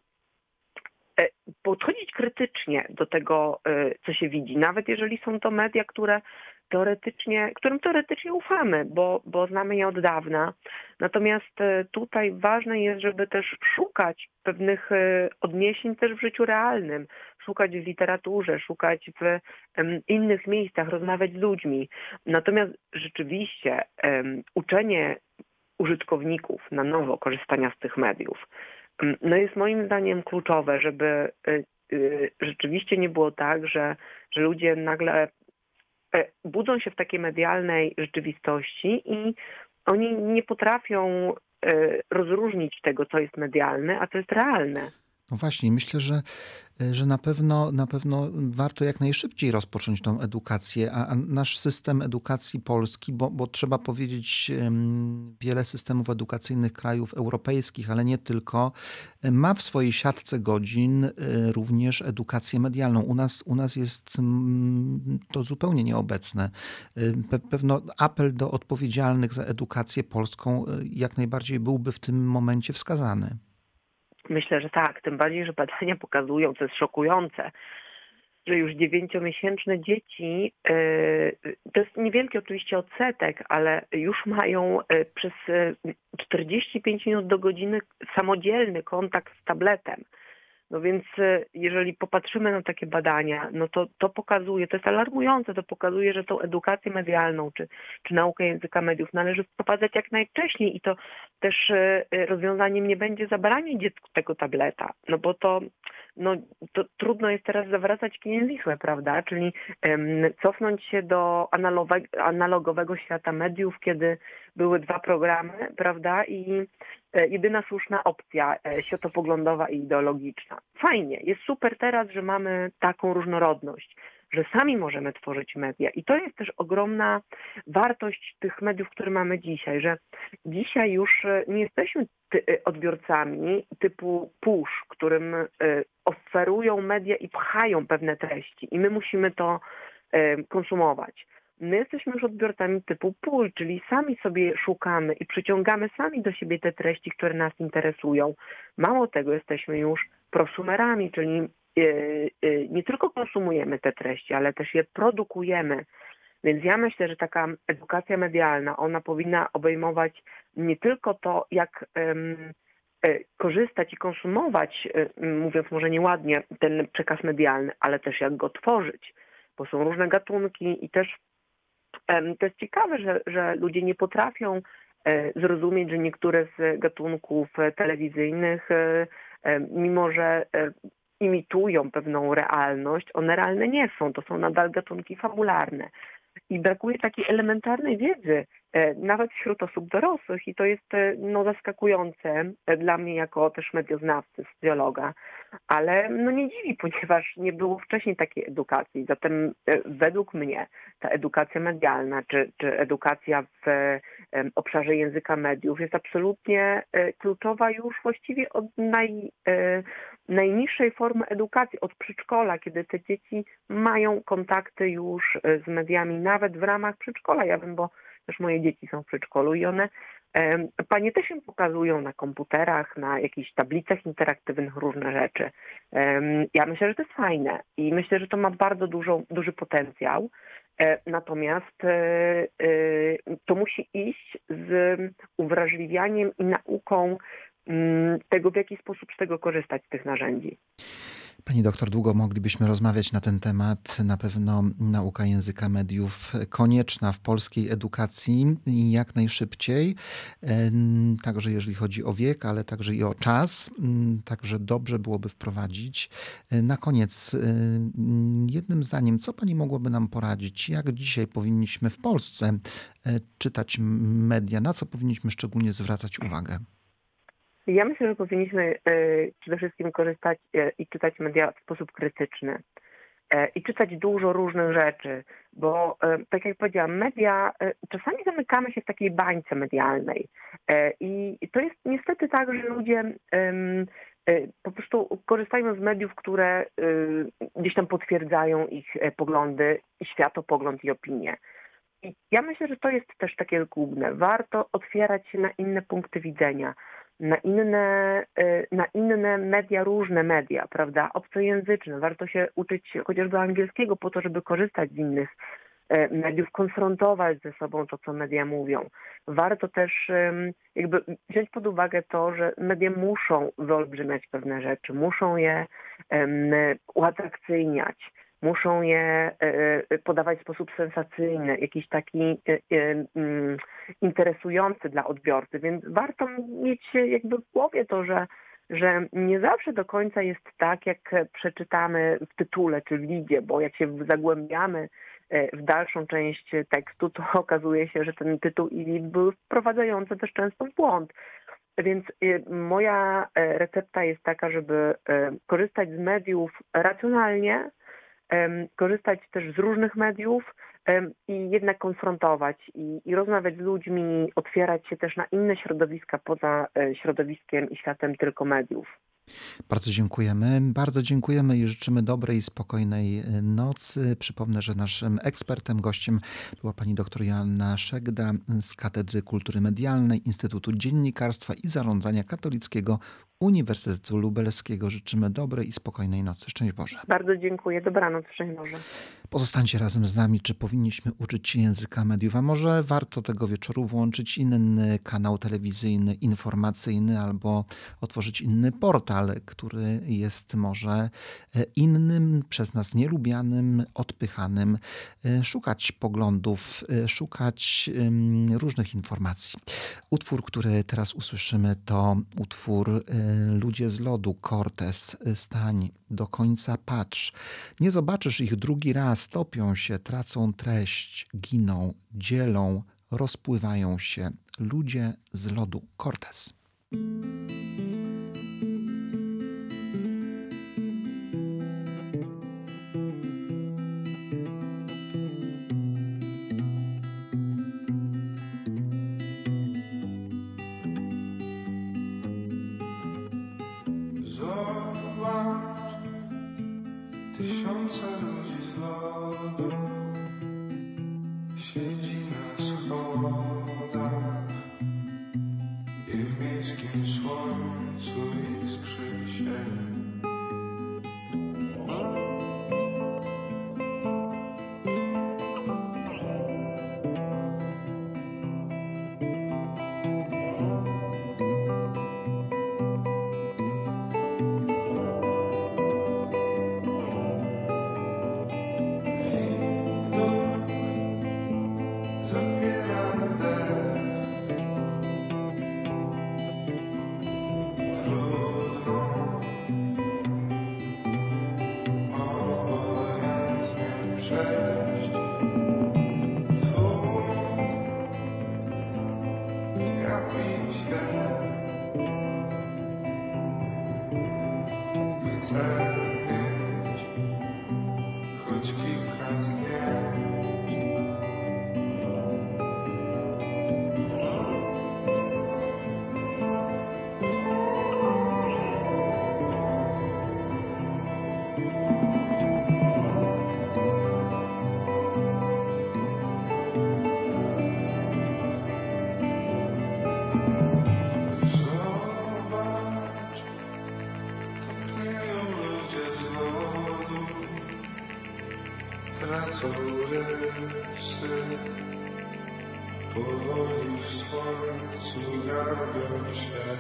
podchodzić krytycznie do tego, co się widzi, nawet jeżeli są to media, którym teoretycznie ufamy, bo znamy je od dawna. Natomiast tutaj ważne jest, żeby też szukać pewnych odniesień też w życiu realnym, szukać w literaturze, szukać w innych miejscach, rozmawiać z ludźmi. Natomiast rzeczywiście uczenie użytkowników na nowo korzystania z tych mediów no jest moim zdaniem kluczowe, żeby rzeczywiście nie było tak, że ludzie nagle budzą się w takiej medialnej rzeczywistości i oni nie potrafią rozróżnić tego, co jest medialne, a co jest realne. No właśnie, myślę, że na pewno warto jak najszybciej rozpocząć tą edukację, a nasz system edukacji polski, bo trzeba powiedzieć, wiele systemów edukacyjnych krajów europejskich, ale nie tylko, ma w swojej siatce godzin również edukację medialną. U nas jest to zupełnie nieobecne. Pewno apel do odpowiedzialnych za edukację polską jak najbardziej byłby w tym momencie wskazany. Myślę, że tak, tym bardziej, że badania pokazują, co jest szokujące, że już 9-miesięczne dzieci, to jest niewielki oczywiście odsetek, ale już mają przez 45 minut do godziny samodzielny kontakt z tabletem. No więc jeżeli popatrzymy na takie badania, no to pokazuje, to jest alarmujące, to pokazuje, że tą edukację medialną czy naukę języka mediów należy wprowadzać jak najwcześniej i to też rozwiązaniem nie będzie zabranie dziecku tego tableta, no bo to trudno jest teraz zawracać kije wichłe, prawda, czyli cofnąć się do analogowego świata mediów, kiedy były 2 programy, prawda, i jedyna słuszna opcja światopoglądowa i ideologiczna. Fajnie, jest super teraz, że mamy taką różnorodność, że sami możemy tworzyć media i to jest też ogromna wartość tych mediów, które mamy dzisiaj, że dzisiaj już nie jesteśmy odbiorcami typu push, którym oferują media i pchają pewne treści i my musimy to konsumować. my jesteśmy już odbiorcami typu pull, czyli sami sobie szukamy i przyciągamy sami do siebie te treści, które nas interesują. Mało tego, jesteśmy już prosumerami, czyli nie tylko konsumujemy te treści, ale też je produkujemy. Więc ja myślę, że taka edukacja medialna, ona powinna obejmować nie tylko to, jak korzystać i konsumować, mówiąc może nieładnie, ten przekaz medialny, ale też jak go tworzyć, bo są różne gatunki i też to jest ciekawe, że ludzie nie potrafią zrozumieć, że niektóre z gatunków telewizyjnych, mimo że imitują pewną realność, one realne nie są, to są nadal gatunki fabularne. I brakuje takiej elementarnej wiedzy, nawet wśród osób dorosłych i to jest zaskakujące dla mnie jako też medioznawcy, socjologa, ale nie dziwi, ponieważ nie było wcześniej takiej edukacji. Zatem według mnie ta edukacja medialna czy edukacja w obszarze języka mediów jest absolutnie kluczowa już właściwie od najniższej formy edukacji, od przedszkola, kiedy te dzieci mają kontakty już z mediami, nawet w ramach przedszkola. Ja wiem, bo też moje dzieci są w przedszkolu i one, panie też im pokazują na komputerach, na jakichś tablicach interaktywnych różne rzeczy. Ja myślę, że to jest fajne i myślę, że to ma bardzo duży potencjał. Natomiast to musi iść z uwrażliwianiem i nauką tego, w jaki sposób z tego korzystać, z tych narzędzi. Pani doktor, długo moglibyśmy rozmawiać na ten temat. Na pewno nauka języka mediów konieczna w polskiej edukacji i jak najszybciej. Także jeżeli chodzi o wiek, ale także i o czas. Także dobrze byłoby wprowadzić. Na koniec jednym zdaniem, co pani mogłaby nam poradzić? Jak dzisiaj powinniśmy w Polsce czytać media? Na co powinniśmy szczególnie zwracać uwagę? Ja myślę, że powinniśmy przede wszystkim korzystać i czytać media w sposób krytyczny. I czytać dużo różnych rzeczy, bo tak jak powiedziałam, media, czasami zamykamy się w takiej bańce medialnej. I to jest niestety tak, że ludzie po prostu korzystają z mediów, które gdzieś tam potwierdzają ich poglądy, światopogląd i opinie. I ja myślę, że to jest też takie zgubne. Warto otwierać się na inne punkty widzenia, na inne media, różne media, prawda, obcojęzyczne. Warto się uczyć chociażby angielskiego po to, żeby korzystać z innych mediów, konfrontować ze sobą to, co media mówią. Warto też jakby wziąć pod uwagę to, że media muszą wyolbrzymiać pewne rzeczy, muszą je uatrakcyjniać, muszą je podawać w sposób sensacyjny, jakiś taki interesujący dla odbiorcy, więc warto mieć jakby w głowie to, że nie zawsze do końca jest tak, jak przeczytamy w tytule czy w lidzie, bo jak się zagłębiamy w dalszą część tekstu, to okazuje się, że ten tytuł i lid były wprowadzające też często w błąd. Więc moja recepta jest taka, żeby korzystać z mediów racjonalnie, korzystać też z różnych mediów i jednak konfrontować i rozmawiać z ludźmi, otwierać się też na inne środowiska poza środowiskiem i światem tylko mediów. Bardzo dziękujemy. Bardzo dziękujemy i życzymy dobrej i spokojnej nocy. Przypomnę, że naszym ekspertem, gościem była pani dr Joanna Szegda z Katedry Kultury Medialnej Instytutu Dziennikarstwa i Zarządzania Katolickiego Uniwersytetu Lubelskiego. Życzymy dobrej i spokojnej nocy. Szczęść Boże. Bardzo dziękuję. Dobranoc. Szczęść Boże. Pozostańcie razem z nami. Czy powinniśmy uczyć się języka mediów? A może warto tego wieczoru włączyć inny kanał telewizyjny, informacyjny albo otworzyć inny portal, który jest może innym, przez nas nielubianym, odpychanym. Szukać poglądów, szukać różnych informacji. Utwór, który teraz usłyszymy, to utwór Ludzie z lodu, Cortez. Stań, do końca patrz. Nie zobaczysz ich drugi raz, topią się, tracą treść, giną, dzielą, rozpływają się. Ludzie z lodu, Cortez. Tysiące ludzi z lodu Tracą rysy, powoli w słońcu garbią się.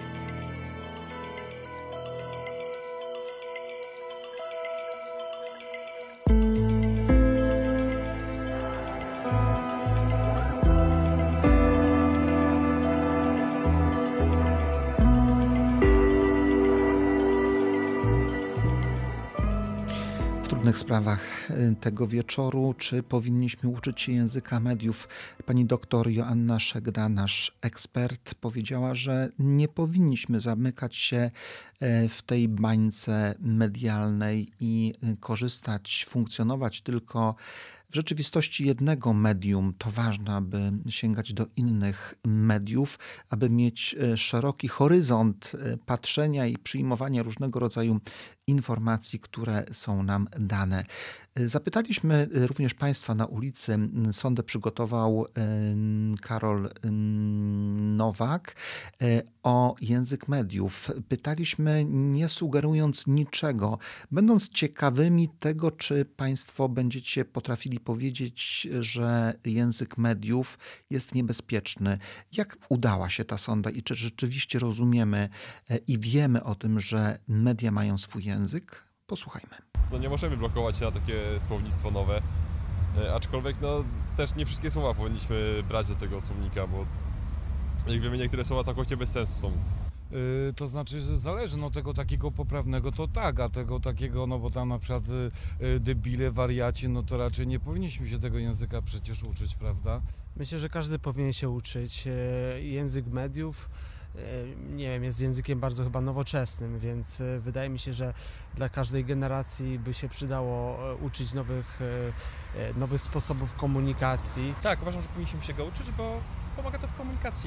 W trudnych sprawach tego wieczoru, czy powinniśmy uczyć się języka mediów? Pani doktor Joanna Szegda, nasz ekspert, powiedziała, że nie powinniśmy zamykać się w tej bańce medialnej i korzystać, funkcjonować tylko w rzeczywistości jednego medium. To ważne, aby sięgać do innych mediów, aby mieć szeroki horyzont patrzenia i przyjmowania różnego rodzaju informacji, które są nam dane. Zapytaliśmy również Państwa na ulicy. Sondę przygotował Karol Nowak o język mediów. Pytaliśmy, nie sugerując niczego, będąc ciekawymi tego, czy Państwo będziecie potrafili powiedzieć, że język mediów jest niebezpieczny. Jak udała się ta sonda i czy rzeczywiście rozumiemy i wiemy o tym, że media mają swój język? Posłuchajmy. No nie możemy blokować się na takie słownictwo nowe, aczkolwiek no też nie wszystkie słowa powinniśmy brać do tego słownika, bo jak wiemy, niektóre słowa całkowicie bez sensu są. To znaczy, że zależy, no tego takiego poprawnego to tak, a tego takiego, no bo tam na przykład debile, wariaci, no to raczej nie powinniśmy się tego języka przecież uczyć, prawda? Myślę, że każdy powinien się uczyć. Język mediów, nie wiem, jest językiem bardzo chyba nowoczesnym, więc wydaje mi się, że dla każdej generacji by się przydało uczyć nowych sposobów komunikacji. Tak, uważam, że powinniśmy się go uczyć, bo pomaga to w komunikacji.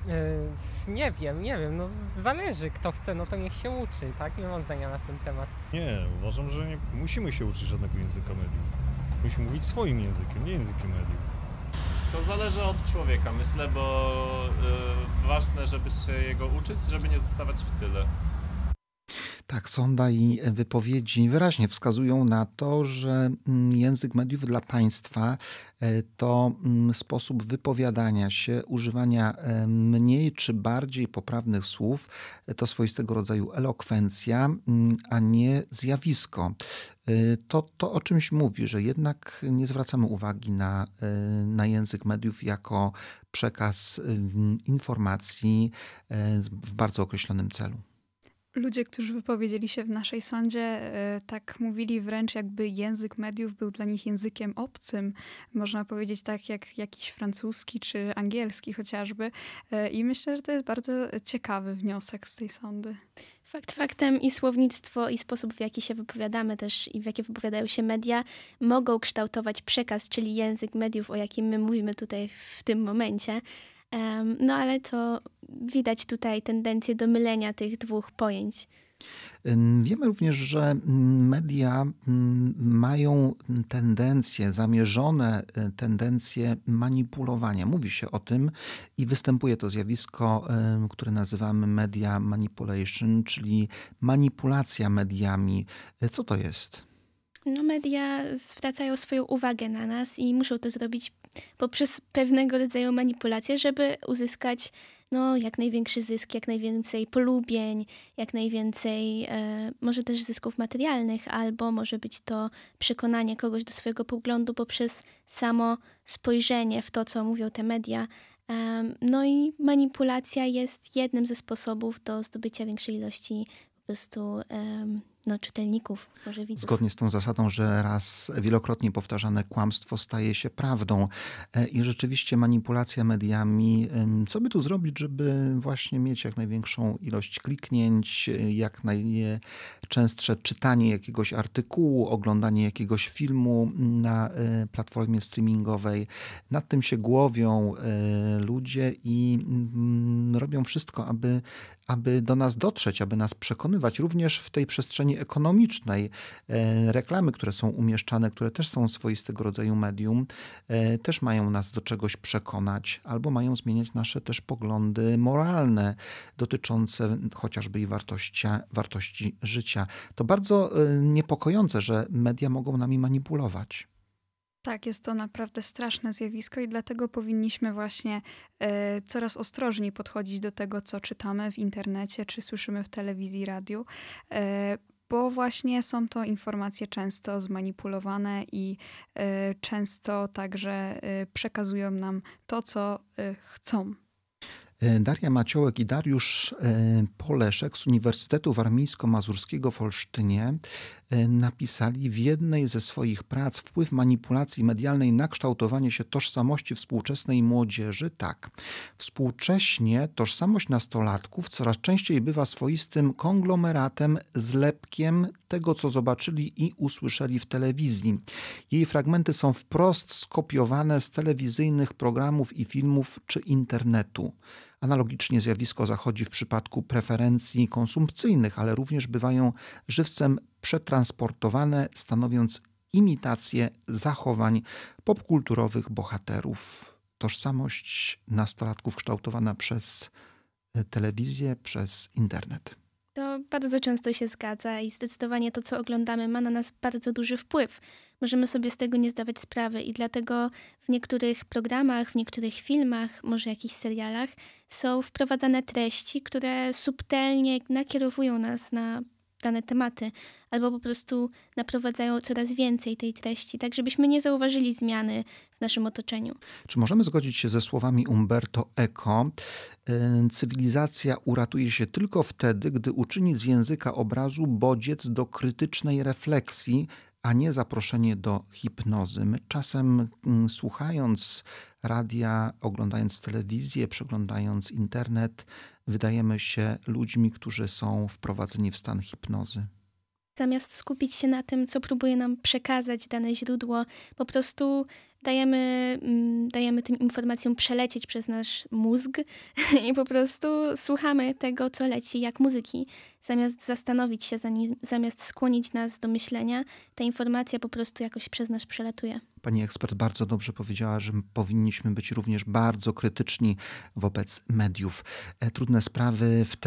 Nie wiem, no zależy, kto chce, no to niech się uczy, tak? Nie mam zdania na ten temat. Nie, uważam, że nie musimy się uczyć żadnego języka mediów. Musimy mówić swoim językiem, nie językiem mediów. To zależy od człowieka, myślę, bo ważne, żeby się jego uczyć, żeby nie zostawać w tyle. Tak, sonda i wypowiedzi wyraźnie wskazują na to, że język mediów dla państwa to sposób wypowiadania się, używania mniej czy bardziej poprawnych słów. To swoistego rodzaju elokwencja, a nie zjawisko. To o czymś mówi, że jednak nie zwracamy uwagi na język mediów jako przekaz informacji w bardzo określonym celu. Ludzie, którzy wypowiedzieli się w naszej sądzie, tak mówili wręcz, jakby język mediów był dla nich językiem obcym. Można powiedzieć tak jak jakiś francuski czy angielski chociażby. I myślę, że to jest bardzo ciekawy wniosek z tej sądy. Fakt faktem i słownictwo i sposób, w jaki się wypowiadamy też i w jaki wypowiadają się media, mogą kształtować przekaz, czyli język mediów, o jakim my mówimy tutaj w tym momencie. No ale to widać tutaj tendencję do mylenia tych dwóch pojęć. Wiemy również, że media mają tendencje, zamierzone tendencje manipulowania. Mówi się o tym i występuje to zjawisko, które nazywamy media manipulation, czyli manipulacja mediami. Co to jest? No, media zwracają swoją uwagę na nas i muszą to zrobić poprzez pewnego rodzaju manipulacje, żeby uzyskać jak największy zysk, jak najwięcej polubień, jak najwięcej może też zysków materialnych, albo może być to przekonanie kogoś do swojego poglądu poprzez samo spojrzenie w to, co mówią te media. No i manipulacja jest jednym ze sposobów do zdobycia większej ilości po prostu czytelników, może widzów. Zgodnie z tą zasadą, że raz wielokrotnie powtarzane kłamstwo staje się prawdą. I rzeczywiście manipulacja mediami, co by tu zrobić, żeby właśnie mieć jak największą ilość kliknięć, jak najczęstsze czytanie jakiegoś artykułu, oglądanie jakiegoś filmu na platformie streamingowej. Nad tym się głowią ludzie i robią wszystko, aby do nas dotrzeć, aby nas przekonywać, również w tej przestrzeni ekonomicznej. Reklamy, które są umieszczane, które też są swoistego rodzaju medium, też mają nas do czegoś przekonać, albo mają zmieniać nasze też poglądy moralne dotyczące chociażby i wartości życia. To bardzo niepokojące, że media mogą nami manipulować. Tak, jest to naprawdę straszne zjawisko i dlatego powinniśmy właśnie coraz ostrożniej podchodzić do tego, co czytamy w internecie, czy słyszymy w telewizji, radiu, bo właśnie są to informacje często zmanipulowane i często także przekazują nam to, co chcą. Daria Maciołek i Dariusz Poleszek z Uniwersytetu Warmińsko-Mazurskiego w Olsztynie napisali w jednej ze swoich prac Wpływ manipulacji medialnej na kształtowanie się tożsamości współczesnej młodzieży. Tak, współcześnie tożsamość nastolatków coraz częściej bywa swoistym konglomeratem, zlepkiem tego, co zobaczyli i usłyszeli w telewizji. Jej fragmenty są wprost skopiowane z telewizyjnych programów i filmów czy internetu. Analogicznie zjawisko zachodzi w przypadku preferencji konsumpcyjnych, ale również bywają żywcem przetransportowane, stanowiąc imitację zachowań popkulturowych bohaterów. Tożsamość nastolatków kształtowana przez telewizję, przez internet. To bardzo często się zgadza i zdecydowanie to, co oglądamy, ma na nas bardzo duży wpływ. Możemy sobie z tego nie zdawać sprawy i dlatego w niektórych programach, w niektórych filmach, może jakichś serialach są wprowadzane treści, które subtelnie nakierowują nas na dane tematy, albo po prostu naprowadzają coraz więcej tej treści, tak żebyśmy nie zauważyli zmiany w naszym otoczeniu. Czy możemy zgodzić się ze słowami Umberto Eco? Cywilizacja uratuje się tylko wtedy, gdy uczyni z języka obrazu bodziec do krytycznej refleksji, a nie zaproszenie do hipnozy. My czasem słuchając radia, oglądając telewizję, przeglądając internet, wydajemy się ludźmi, którzy są wprowadzeni w stan hipnozy. Zamiast skupić się na tym, co próbuje nam przekazać dane źródło, po prostu dajemy tym informacjom przelecieć przez nasz mózg i po prostu słuchamy tego, co leci jak muzyki. Zamiast zastanowić się, zamiast skłonić nas do myślenia, ta informacja po prostu jakoś przez nas przelatuje. Pani ekspert bardzo dobrze powiedziała, że powinniśmy być również bardzo krytyczni wobec mediów. Trudne sprawy w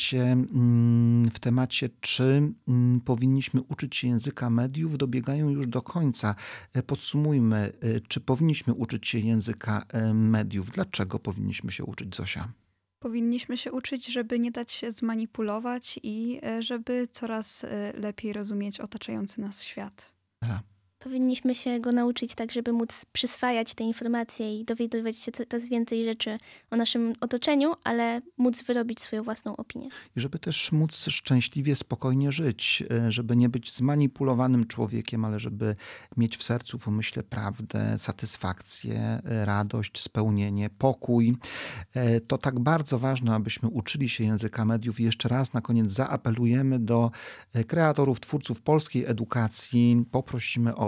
temacie, czy powinniśmy uczyć się języka mediów, dobiegają już do końca. Podsumujmy, czy powinniśmy uczyć się języka mediów? Dlaczego powinniśmy się uczyć, Zosia? Powinniśmy się uczyć, żeby nie dać się zmanipulować i żeby coraz lepiej rozumieć otaczający nas świat. Powinniśmy się go nauczyć tak, żeby móc przyswajać te informacje i dowiadywać się coraz więcej rzeczy o naszym otoczeniu, ale móc wyrobić swoją własną opinię. I żeby też móc szczęśliwie, spokojnie żyć, żeby nie być zmanipulowanym człowiekiem, ale żeby mieć w sercu, w umyśle prawdę, satysfakcję, radość, spełnienie, pokój. To tak bardzo ważne, abyśmy uczyli się języka mediów. I jeszcze raz na koniec zaapelujemy do kreatorów, twórców polskiej edukacji. Poprosimy o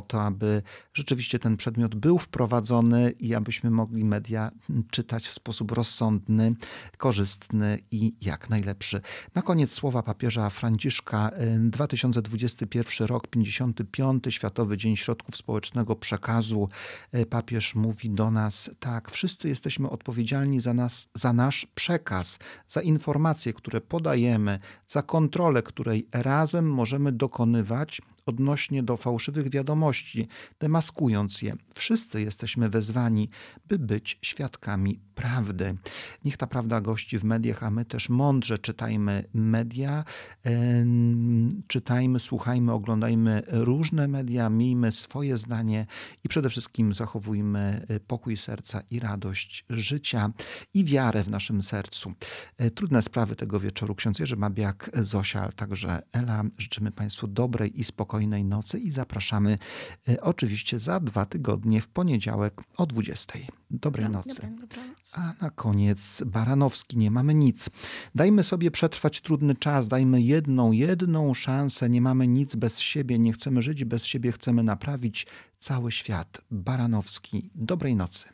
to, aby rzeczywiście ten przedmiot był wprowadzony i abyśmy mogli media czytać w sposób rozsądny, korzystny i jak najlepszy. Na koniec słowa papieża Franciszka. 2021 rok, 55. Światowy Dzień Środków Społecznego Przekazu. Papież mówi do nas: tak, wszyscy jesteśmy odpowiedzialni za nasz przekaz, za informacje, które podajemy, za kontrolę, której razem możemy dokonywać odnośnie do fałszywych wiadomości, demaskując je. Wszyscy jesteśmy wezwani, by być świadkami prawdy. Niech ta prawda gości w mediach, a my też mądrze czytajmy media, czytajmy, słuchajmy, oglądajmy różne media, miejmy swoje zdanie i przede wszystkim zachowujmy pokój serca i radość życia i wiarę w naszym sercu. Trudne sprawy tego wieczoru. Ksiądz Jerzy Babiak, Zosia, ale także Ela. Życzymy Państwu dobrej i spokojnej nocy i zapraszamy oczywiście za 2 tygodnie w poniedziałek o 20:00. Dobrej nocy. A na koniec Baranowski, nie mamy nic. Dajmy sobie przetrwać trudny czas, dajmy jedną szansę, nie mamy nic bez siebie, nie chcemy żyć bez siebie, chcemy naprawić cały świat. Baranowski, dobrej nocy.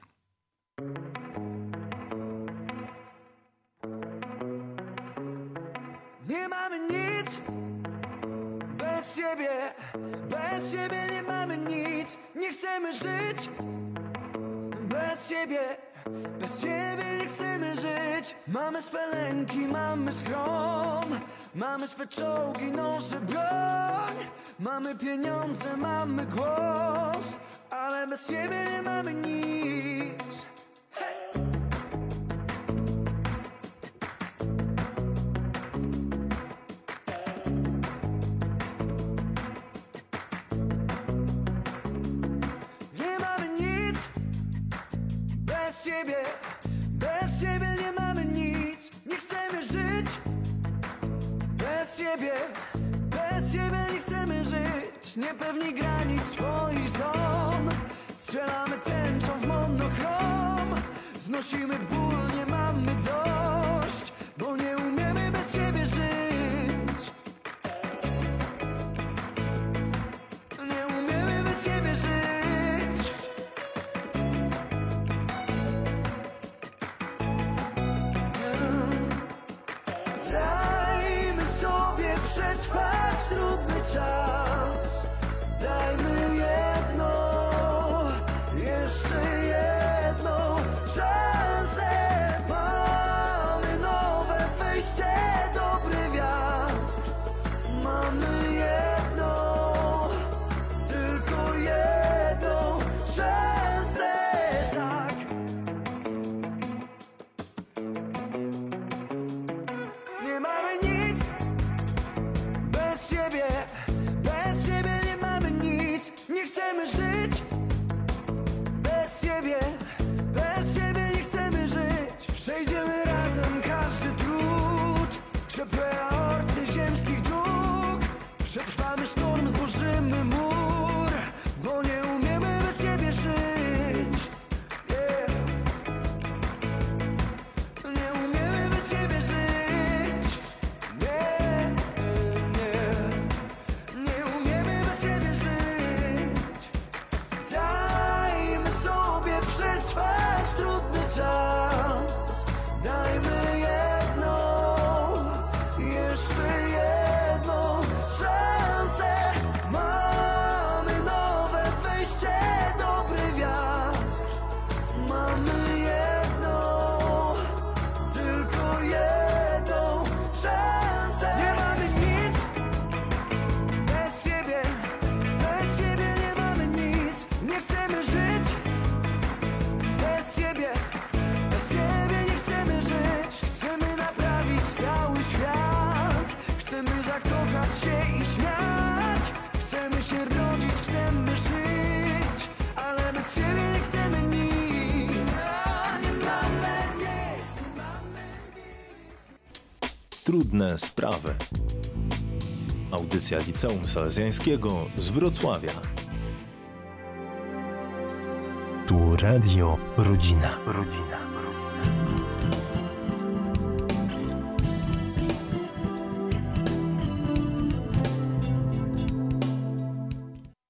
Nie mamy nic bez siebie nie mamy nic, nie chcemy żyć bez siebie nie chcemy żyć. Mamy swe lęki, mamy schron, mamy swe czołgi, noże, broń, mamy pieniądze, mamy głos, ale bez siebie nie mamy nic. Bez siebie nie mamy nic, nie chcemy żyć bez siebie nie chcemy żyć. Niepewni granic swoich zon, strzelamy tęczą w monochrom, znosimy ból, nie mamy dość, bo nie umiemy bez siebie żyć. Nie umiemy bez siebie żyć. Przetrwać trudny czas, dajmy jeszcze jedną szansę. Mamy nowe wejście, dobry wiatr, mamy tylko jedną szansę, tak. Nie mamy nic bez siebie nie mamy nic, nie chcemy żyć bez siebie nie chcemy żyć. Przejdziemy razem każdy trud, skrzepłe aorty ziemskich dróg, przetrwamy sztorm, zburzymy mur, bo nie umiemy bez siebie żyć. Yeah. Nie umiemy bez siebie żyć. Yeah. Nie umiemy bez siebie żyć. Dajmy sobie przetrwać trudny czas, dajmy jeszcze jedną szansę. Mamy nowe wejście, dobry wiatr, mamy tylko jedną szansę. Nie mamy nic bez siebie nie mamy nic, nie chcemy żyć bez siebie nie chcemy żyć. Chcemy naprawić cały świat, chcemy zakochać się i śmiać, chcemy się rodzić, chcemy żyć, ale bez siebie nie chcemy nic. Nie mamy nic. Trudne sprawy. Audycja Liceum Salezjańskiego z Wrocławia. Tu Radio Rodzina.